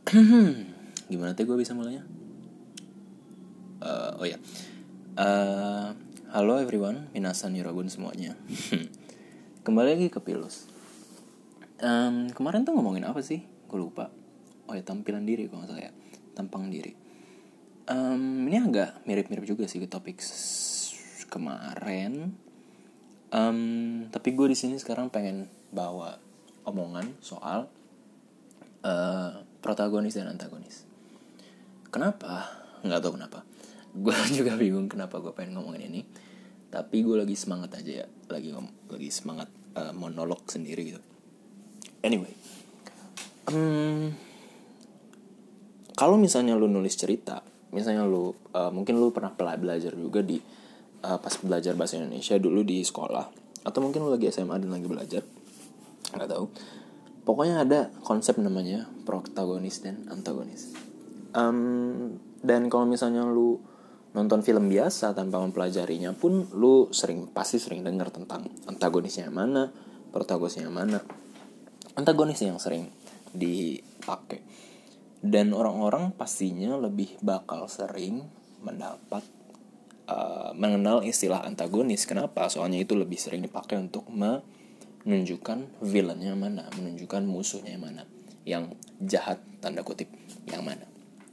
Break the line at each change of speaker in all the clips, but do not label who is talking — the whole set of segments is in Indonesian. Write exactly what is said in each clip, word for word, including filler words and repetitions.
Gimana tuh gue bisa mulainya? Uh, oh ya, uh, halo everyone, minasan yorobun semuanya. Kembali lagi ke Pilus. um, Kemarin tuh ngomongin apa sih? Gue lupa. Oh ya, tampilan diri kalau nggak salah ya, tampang diri. um, Ini agak mirip-mirip juga sih ke topik s- kemarin. um, Tapi gue di sini sekarang pengen bawa omongan soal uh, protagonis dan antagonis. Kenapa? Nggak tahu kenapa. Gue juga bingung kenapa gue pengen ngomongin ini. Tapi gue lagi semangat aja ya, lagi ngom- lagi semangat uh, monolog sendiri gitu. Anyway, um, kalau misalnya lu nulis cerita, misalnya lu uh, mungkin lu pernah belajar juga di uh, pas belajar bahasa Indonesia dulu di sekolah, atau mungkin lu lagi S M A dan lagi belajar, nggak tahu. Pokoknya ada konsep namanya protagonis dan antagonis. Um, dan kalau misalnya lu nonton film biasa tanpa mempelajarinya pun, lu sering pasti sering dengar tentang antagonisnya yang mana, protagonisnya yang mana. Antagonis yang sering dipakai. Dan orang-orang pastinya lebih bakal sering mendapat uh, mengenal istilah antagonis. Kenapa? Soalnya itu lebih sering dipakai untuk menunjukkan villainnya mana, menunjukkan musuhnya yang mana, yang jahat tanda kutip yang mana.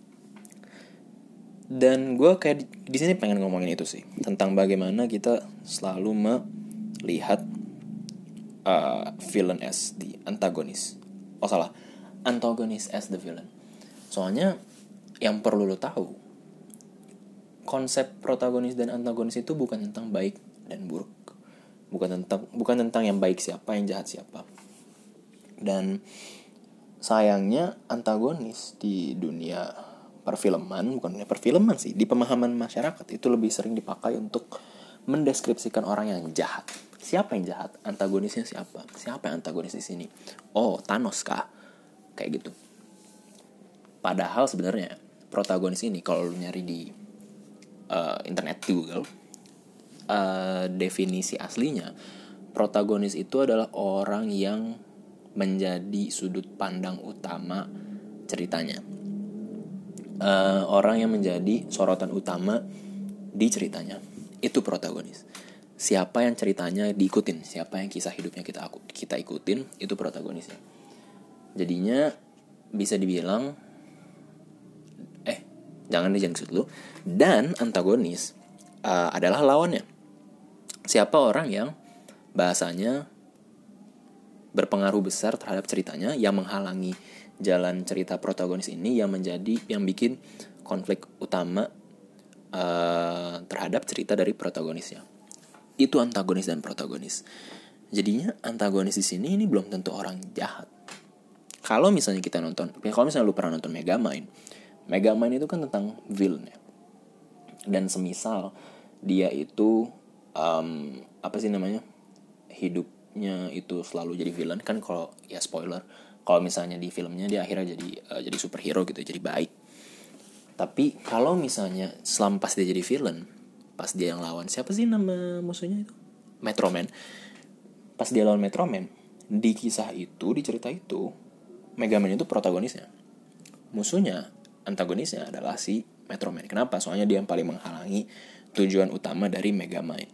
Dan gue kayak di, di sini pengen ngomongin itu sih, tentang bagaimana kita selalu melihat uh, villain as the antagonis. Oh salah, antagonis as the villain. Soalnya yang perlu lo tahu, konsep protagonis dan antagonis itu bukan tentang baik dan buruk, bukan tentang bukan tentang yang baik siapa, yang jahat siapa. Dan sayangnya antagonis di dunia perfilman, bukan dunia perfilman sih, di pemahaman masyarakat itu lebih sering dipakai untuk mendeskripsikan orang yang jahat. Siapa yang jahat? Antagonisnya siapa? Siapa yang antagonis di sini? Oh, Thanos kah? Kayak gitu. Padahal sebenarnya protagonis ini kalau lu nyari di uh, internet Google, uh, definisi aslinya protagonis itu adalah orang yang menjadi sudut pandang utama ceritanya. Uh, orang yang menjadi sorotan utama di ceritanya, itu protagonis. Siapa yang ceritanya diikutin, siapa yang kisah hidupnya kita kita ikutin, itu protagonisnya. Jadinya bisa dibilang eh jangan dijangkut dulu. Dan antagonis uh, adalah lawannya. Siapa orang yang bahasanya berpengaruh besar terhadap ceritanya, yang menghalangi jalan cerita protagonis ini, yang menjadi yang bikin konflik utama uh, terhadap cerita dari protagonisnya. Itu antagonis dan protagonis. Jadinya antagonis di sini ini belum tentu orang jahat. Kalau misalnya kita nonton, kalau misalnya lu pernah nonton Megamind, Megamind itu kan tentang villain ya. Dan semisal dia itu um, apa sih namanya, hidupnya itu selalu jadi villain kan, kalau ya spoiler, kalau misalnya di filmnya dia akhirnya jadi uh, jadi superhero gitu, jadi baik. Tapi kalau misalnya selama pas dia jadi villain, pas dia yang lawan, siapa sih nama musuhnya itu? Metroman. Pas dia lawan Metroman, di kisah itu, di cerita itu, Megaman itu protagonisnya. Musuhnya, antagonisnya adalah si Metroman. Kenapa? Soalnya dia yang paling menghalangi tujuan utama dari Megamind.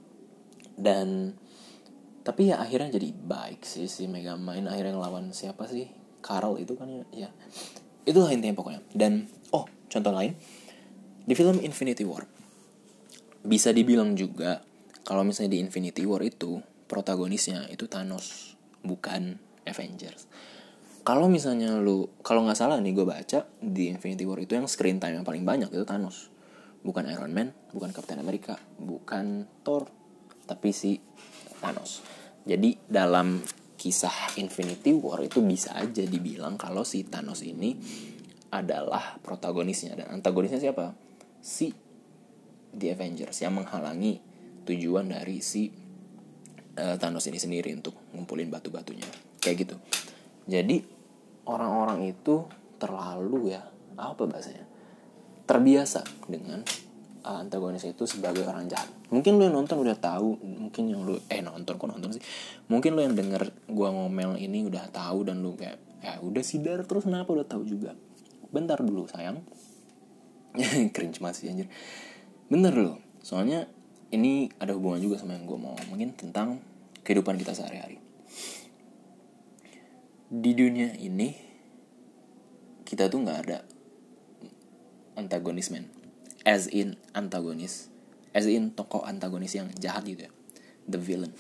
Dan tapi ya akhirnya jadi baik sih si Megamind, akhirnya ngelawan siapa sih? Carl itu kan ya. ya. Itulah intinya pokoknya. Dan oh, contoh lain, di film Infinity War, bisa dibilang juga kalau misalnya di Infinity War itu protagonisnya itu Thanos, bukan Avengers. Kalau misalnya lu, kalau nggak salah nih gue baca, di Infinity War itu yang screen time yang paling banyak itu Thanos, bukan Iron Man, bukan Captain America, bukan Thor, tapi si Thanos. Jadi dalam kisah Infinity War itu bisa aja dibilang kalau si Thanos ini adalah protagonisnya, dan antagonisnya siapa? Si The Avengers, yang menghalangi tujuan dari si uh, Thanos ini sendiri untuk ngumpulin batu-batunya. Kayak gitu. Jadi orang-orang itu terlalu ya, apa bahasanya, terbiasa dengan uh, antagonis itu sebagai orang jahat. Mungkin lu yang nonton udah tahu, mungkin yang lu eh nonton kok nonton sih, mungkin lu yang denger gua ngomel ini udah tahu, dan lu kayak ya udah sidar terus, kenapa udah tahu juga. bentar dulu sayang. Cringe banget sih anjir. Bentar dulu, soalnya ini ada hubungan juga sama yang gue mau ngomongin tentang kehidupan kita sehari-hari. Di dunia ini kita tuh gak ada antagonis, men. As in antagonis, as in tokoh antagonis yang jahat gitu ya, the villain.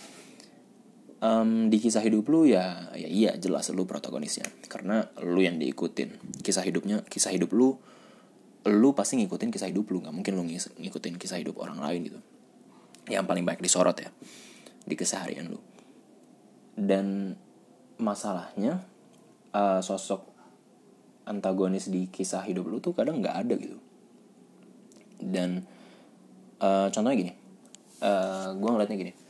Um, di kisah hidup lu ya, ya iya jelas lu protagonisnya, karena lu yang diikutin kisah hidupnya, kisah hidup lu, lu pasti ngikutin kisah hidup lu, nggak mungkin lu ngikutin kisah hidup orang lain gitu, yang paling banyak disorot ya di keseharian lu. Dan masalahnya uh, sosok antagonis di kisah hidup lu tuh kadang nggak ada gitu. Dan uh, contohnya gini, uh, gue ngeliatnya gini.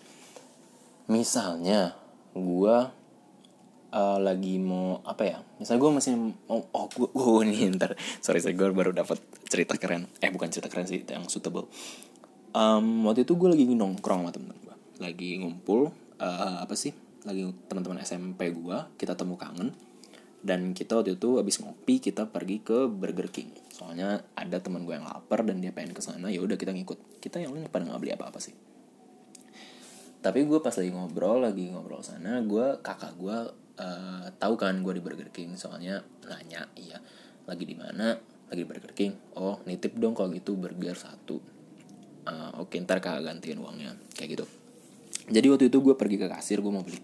Misalnya gue uh, lagi mau apa ya? Misalnya gue masih mau oh gue oh, nih ntar sorry saya gue baru dapat cerita keren. Eh bukan cerita keren sih, yang suitable. Um, waktu itu gue lagi nongkrong sama temen gue, lagi ngumpul uh, apa sih? Lagi teman-teman S M P gue, kita temu kangen. Dan kita waktu itu abis ngopi kita pergi ke Burger King. Soalnya ada teman gue yang lapar dan dia pengen kesana. Ya udah kita ngikut. Kita yang lain pada nggak beli apa-apa sih. Tapi gue pas lagi ngobrol, lagi ngobrol sana, gue kakak gue uh, tahu kan gue di Burger King, soalnya nanya, iya, lagi di mana? Lagi di Burger King. Oh, nitip dong kalau gitu burger satu. Uh, Oke, ntar kakak gantiin uangnya, kayak gitu. Jadi waktu itu gue pergi ke kasir, gue mau beli.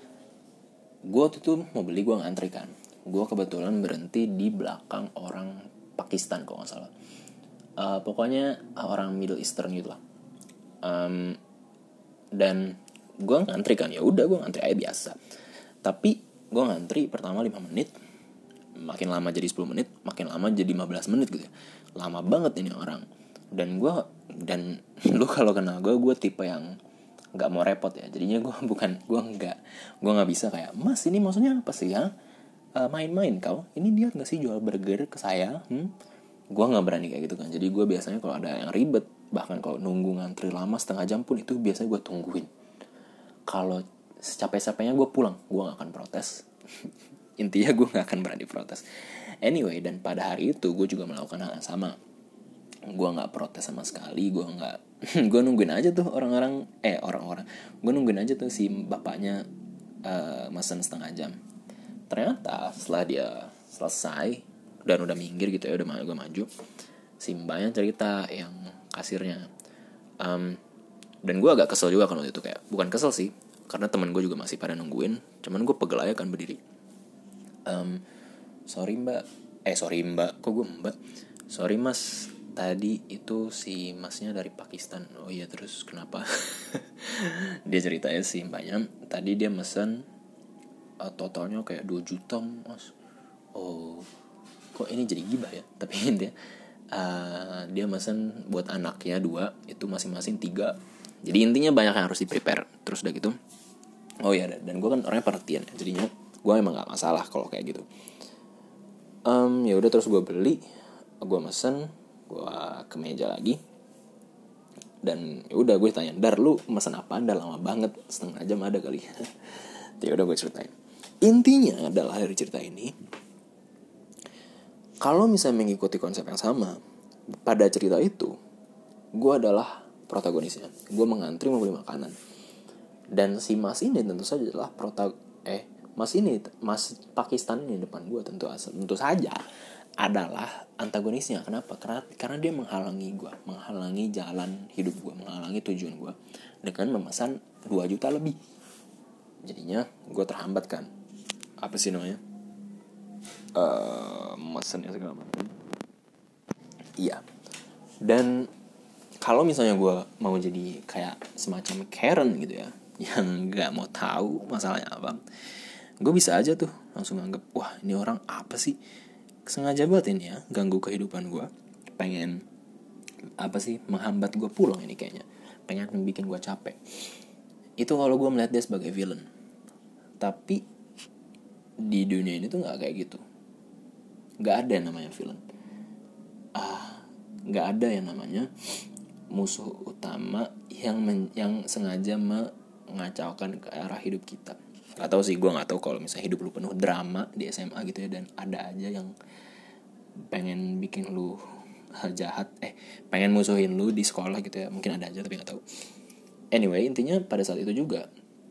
Gue waktu itu mau beli, gue ngantri kan. Gue kebetulan berhenti di belakang orang Pakistan kalau nggak salah. Uh, pokoknya orang Middle Eastern gitu lah. Um, dan gue ngantri kan, ya udah gue ngantri aja biasa. Tapi gue ngantri pertama lima menit, makin lama jadi sepuluh menit, makin lama jadi lima belas menit gitu ya. Lama banget ini orang. Dan gue dan lu kalau kenal gue, gue tipe yang nggak mau repot ya. Jadinya gue bukan gue nggak gue nggak bisa kayak, mas ini maksudnya apa sih ya? Uh, main-main kau? Ini dia nggak sih jual burger ke saya? Hmm? Gue nggak berani kayak gitu kan. Jadi gue biasanya kalau ada yang ribet, bahkan kalau nunggu ngantri lama setengah jam pun, itu biasanya gue tungguin. Kalau secapek-capeknya gue pulang, gue gak akan protes. Intinya gue gak akan berani protes. Anyway, dan pada hari itu gue juga melakukan hal yang sama. Gue gak protes sama sekali. Gue gak gue nungguin aja tuh orang-orang Eh orang-orang Gue nungguin aja tuh si bapaknya uh, mesen setengah jam. Ternyata setelah dia selesai dan udah minggir gitu ya, udah gue maju, si mbaknya cerita, yang kasirnya, um, dan gue agak kesel juga kan waktu itu. Kayak bukan kesel sih, karena teman gue juga masih pada nungguin, cuman gue pegel aja kan berdiri. um, sorry mbak eh sorry mbak kok gue mbak sorry mas, tadi itu si masnya dari Pakistan. Oh iya, terus kenapa? Dia ceritanya si mbaknya tadi dia mesen uh, totalnya kayak dua juta mas. Oh, kok ini jadi gibah ya? Tapi dia uh, dia mesen buat anaknya dua, itu masing-masing tiga. Jadi intinya banyak yang harus di prepare. Terus udah gitu, oh iya, dan gue kan orangnya perhatian ya, jadinya gue emang gak masalah kalau kayak gitu. Um, ya udah terus gue beli, gue mesen, gue ke meja lagi, dan ya udah gue tanya, dar lu mesen apaan? Udah lama banget, setengah jam ada kali. Ya udah gue ceritain. Intinya adalah dari cerita ini, kalau misalnya mengikuti konsep yang sama, pada cerita itu, gue adalah protagonisnya. Gue mengantri mau beli makanan. Dan si mas ini tentu saja adalah protag... Eh, mas ini, mas Pakistan ini depan gue tentu, tentu saja adalah antagonisnya. Kenapa? Karena, karena dia menghalangi gue, menghalangi jalan hidup gue, menghalangi tujuan gue dengan memesan dua juta lebih. Jadinya gue terhambat kan. Apa sih namanya? Uh, mesennya segala macam. Iya. Dan kalau misalnya gue mau jadi kayak semacam Karen gitu ya, yang nggak mau tahu masalahnya apa, gue bisa aja tuh langsung anggap, wah ini orang apa sih, sengaja banget ini ya ganggu kehidupan gue, pengen apa sih, menghambat gue pulang ini kayaknya, pengen bikin gue capek. Itu kalau gue melihat dia sebagai villain. Tapi di dunia ini tuh nggak kayak gitu. Nggak ada yang namanya villain. Ah, nggak ada yang namanya musuh utama yang men- yang sengaja mengacaukan ke arah hidup kita. Gak tau sih, gue gak tahu kalau misalnya hidup lu penuh drama di S M A gitu ya, dan ada aja yang pengen bikin lu jahat, eh pengen musuhin lu di sekolah gitu ya, mungkin ada aja tapi nggak tahu. Anyway, intinya pada saat itu juga,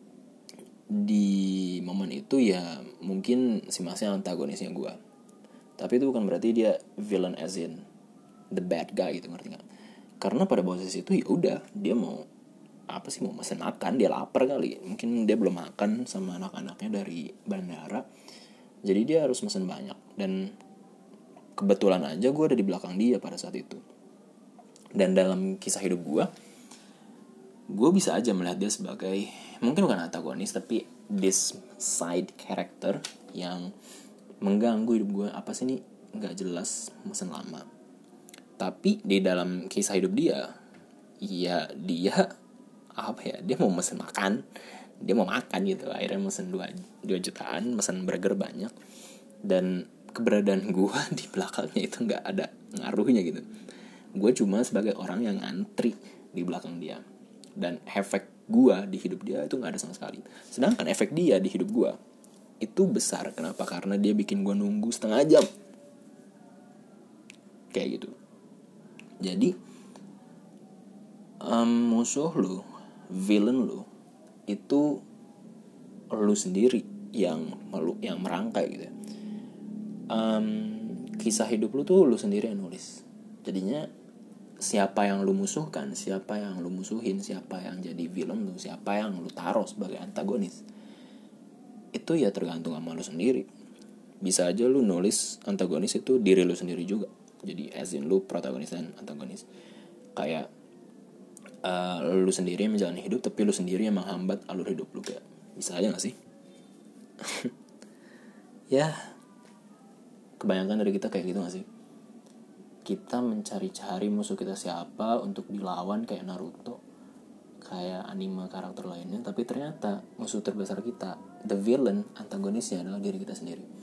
di momen itu ya mungkin si Masnya antagonisnya gue, tapi itu bukan berarti dia villain as in the bad guy gitu, ngerti nggak? Karena pada posisi itu ya udah, dia mau apa sih, mau mesen makan, dia lapar kali, mungkin dia belum makan sama anak-anaknya dari bandara, jadi dia harus mesen banyak. Dan kebetulan aja gue ada di belakang dia pada saat itu. Dan dalam kisah hidup gue, gue bisa aja melihat dia sebagai, mungkin bukan antagonis, tapi this side character yang mengganggu hidup gue. Apa sih ini, nggak jelas, mesen lama. Tapi di dalam kisah hidup dia, ya dia apa ya, dia mau mesen makan, dia mau makan gitu, akhirnya mesen dua jutaan, mesen burger banyak. Dan keberadaan gue di belakangnya itu nggak ada ngaruhnya gitu. Gue cuma sebagai orang yang ngantri di belakang dia, dan efek gue di hidup dia itu nggak ada sama sekali. Sedangkan efek dia di hidup gue itu besar. Kenapa? Karena dia bikin gue nunggu setengah jam kayak gitu. Jadi um, musuh lu, villain lu itu lu sendiri yang melu, yang merangkai gitu ya. Um, kisah hidup lu tuh lu sendiri yang nulis. Jadinya siapa yang lu musuhkan, siapa yang lu musuhin, siapa yang jadi villain lu, siapa yang lu taruh sebagai antagonis, itu ya tergantung sama lu sendiri. Bisa aja lu nulis antagonis itu diri lu sendiri juga, jadi as in lu protagonis dan antagonis. Kayak uh, lu sendiri yang menjalani hidup, tapi lu sendiri yang menghambat alur hidup lu, kayak bisa aja gak sih? Ya, kebanyakan dari kita kayak gitu gak sih? Kita mencari-cari musuh kita siapa untuk dilawan kayak Naruto, kayak anime karakter lainnya, tapi ternyata musuh terbesar kita, the villain, antagonisnya adalah diri kita sendiri.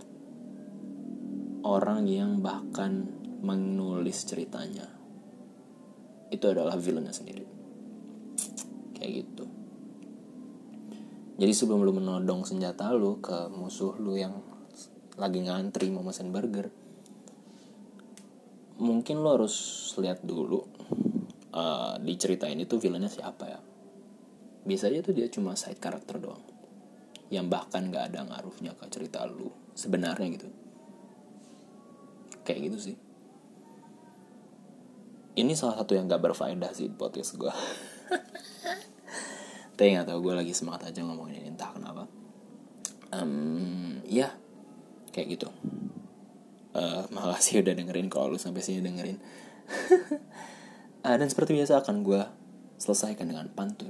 Orang yang bahkan menulis ceritanya itu adalah villainnya sendiri. Kayak gitu. Jadi sebelum lu menodong senjata lu ke musuh lu yang lagi ngantri mau mesen burger, mungkin lu harus lihat dulu uh, di cerita ini tuh villainnya siapa ya. Bisa aja tuh dia cuma side character doang, yang bahkan gak ada ngaruhnya ke cerita lu sebenarnya gitu. Kayak gitu sih. Ini salah satu yang gak berfaedah sih podcast gue. Tapi gak tau, gue lagi semangat aja ngomongin ini, entah kenapa. um, Ya kayak gitu. uh, Makasih udah dengerin, kalau lu sampai sini dengerin. uh, Dan seperti biasa akan gue selesaikan dengan pantun.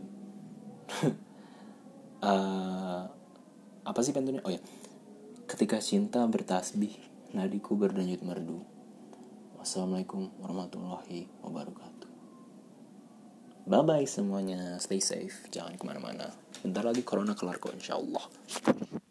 uh, Apa sih pantunnya? Oh ya, ketika cinta bertasbih, nadiku berdenyut merdu. Wassalamualaikum warahmatullahi wabarakatuh. Bye bye semuanya, stay safe, jangan kemana-mana. Bentar lagi corona kelar kok, insyaallah.